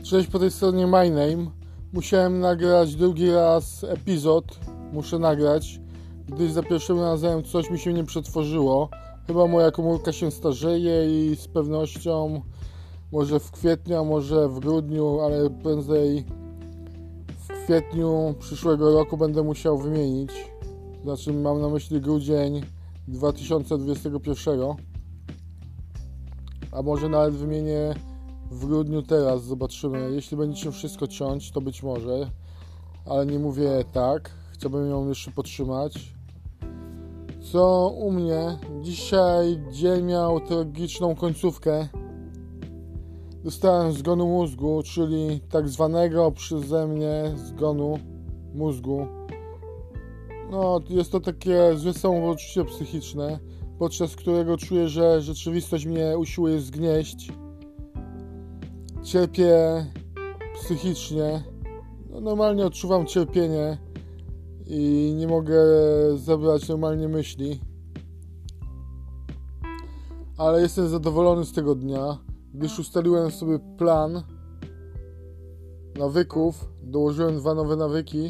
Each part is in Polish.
Cześć, po tej stronie My Name. Musiałem nagrać drugi raz epizod. Muszę nagrać, gdyż za pierwszym razem coś mi się nie przetworzyło. Chyba moja komórka się starzeje i z pewnością może w kwietniu, a może w grudniu, ale prędzej w kwietniu przyszłego roku będę musiał wymienić. Znaczy mam na myśli grudzień 2021. A może nawet wymienię w grudniu teraz, zobaczymy. Jeśli będzie się wszystko ciąć, to być może, ale nie mówię tak. Chciałbym ją jeszcze podtrzymać. Co u mnie? Dzisiaj dzień miał tragiczną końcówkę. Dostałem zgonu mózgu, czyli tak zwanego przeze mnie zgonu mózgu. No, jest to takie złe samopoczucie psychiczne, podczas którego czuję, że rzeczywistość mnie usiłuje zgnieść. Cierpię psychicznie. Normalnie odczuwam cierpienie i nie mogę zebrać normalnie myśli. Ale jestem zadowolony z tego dnia, gdyż ustaliłem sobie plan nawyków. Dołożyłem 2 nowe nawyki.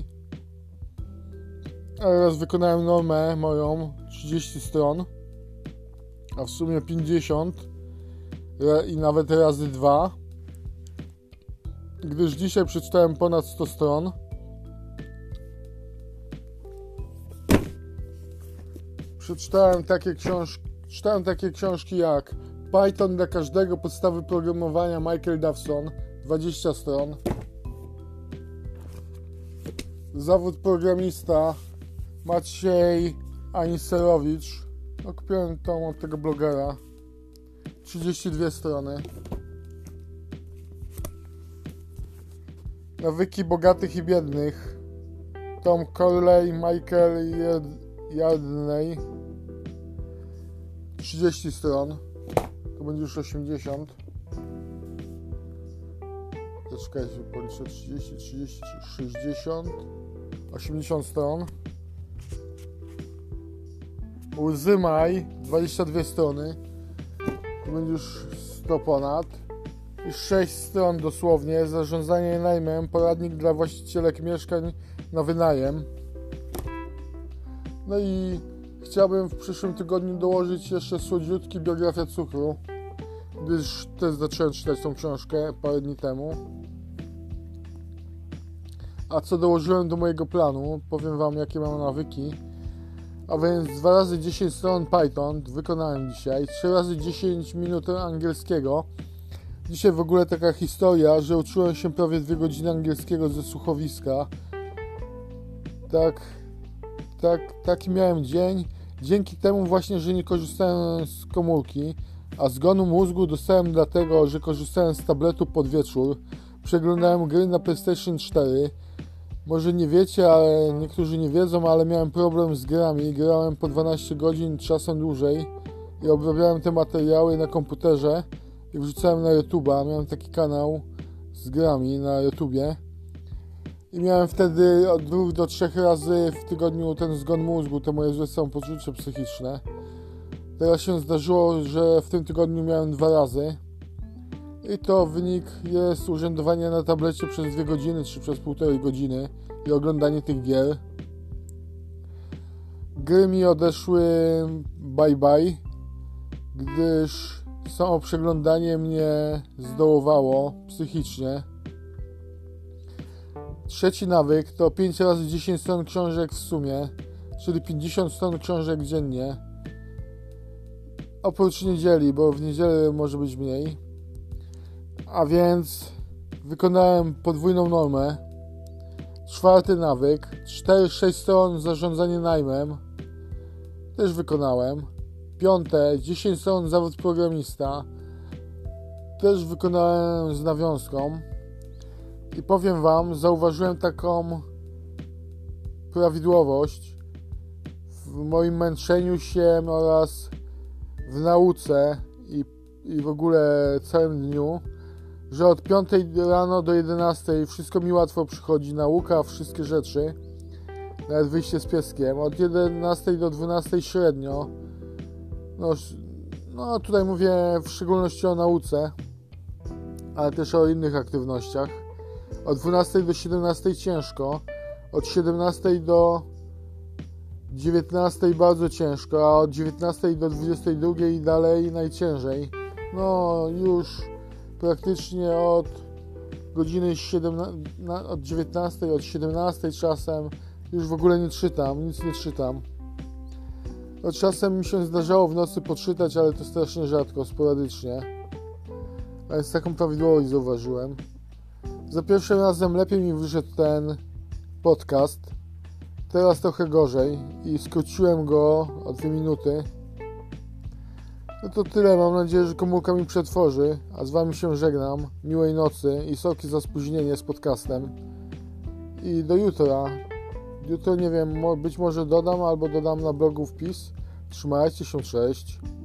Teraz wykonałem normę moją 30 stron, a w sumie 50 i nawet razy 2, gdyż dzisiaj przeczytałem ponad 100 stron. Czytałem takie książki jak Python dla każdego, podstawy programowania, Michael Dawson, 20 stron. Zawód programista, Maciej Aniserowicz. Kupiłem tą od tego blogera. 32 strony. Nawyki bogatych i biednych. Tom Corley, Michael Yardney. 30 stron. To będzie już 80. Czekajcie, policzę 30, 60, 80 stron. Łzy Maj, 22 strony. To będzie już 100 ponad. I 6 stron dosłownie. Zarządzanie najmem, poradnik dla właścicielek mieszkań na wynajem. No i chciałbym w przyszłym tygodniu dołożyć jeszcze słodziutki Biografia cukru, gdyż też zacząłem czytać tą książkę parę dni temu. A co dołożyłem do mojego planu? Powiem wam, jakie mam nawyki. A więc 2 razy 10 stron Python wykonałem dzisiaj, 3 razy 10 minut angielskiego. Dzisiaj w ogóle taka historia, że uczyłem się prawie 2 godziny angielskiego ze słuchowiska. Taki miałem dzień. Dzięki temu właśnie, że nie korzystałem z komórki, a zgonu mózgu dostałem dlatego, że korzystałem z tabletu pod wieczór. Przeglądałem gry na PlayStation 4. Może nie wiecie, ale niektórzy nie wiedzą, ale miałem problem z grami. Grałem po 12 godzin, czasem dłużej i obrabiałem te materiały na komputerze i wrzucałem na YouTube'a. Miałem taki kanał z grami na YouTubie i miałem wtedy od 2 do 3 razy w tygodniu ten zgon mózgu, te moje złe samopoczucie psychiczne. Teraz się zdarzyło, że w tym tygodniu miałem 2 razy. I to wynik jest urzędowania na tablecie przez 2 godziny, czy przez 1,5 godziny i oglądanie tych gier. Gry mi odeszły bye, gdyż samo przeglądanie mnie zdołowało psychicznie. Trzeci nawyk to 5 razy 10 stron książek w sumie, czyli 50 stron książek dziennie. Oprócz niedzieli, bo w niedzielę może być mniej. A więc wykonałem podwójną normę. 4. nawyk, 4-6 stron zarządzanie najmem. Też wykonałem. 5. 10 stron zawód programista. Też wykonałem z nawiązką. I powiem wam, zauważyłem taką prawidłowość w moim męczeniu się oraz w nauce i w ogóle całym dniu, że od 5 rano do 11 wszystko mi łatwo przychodzi, nauka, wszystkie rzeczy, nawet wyjście z pieskiem. Od 11 do 12 średnio. No tutaj mówię w szczególności o nauce. ale też o innych aktywnościach. Od 12 do 17 ciężko, od 17 do 19 bardzo ciężko, a od 19 do 22 i dalej najciężej. No już praktycznie od godziny 19, od 17 czasem już w ogóle nie czytam, nic nie czytam. No, czasem mi się zdarzało w nocy poczytać, ale to strasznie rzadko, sporadycznie. A więc taką prawidłowość zauważyłem. Za pierwszym razem lepiej mi wyszedł ten podcast. Teraz trochę gorzej i skróciłem go o 2 minuty. No to tyle, mam nadzieję, że komórka mi przetworzy, a z wami się żegnam. Miłej nocy i sorki za spóźnienie z podcastem. I do jutra. Jutro nie wiem, być może dodam albo dodam na blogu wpis. Trzymajcie się, cześć.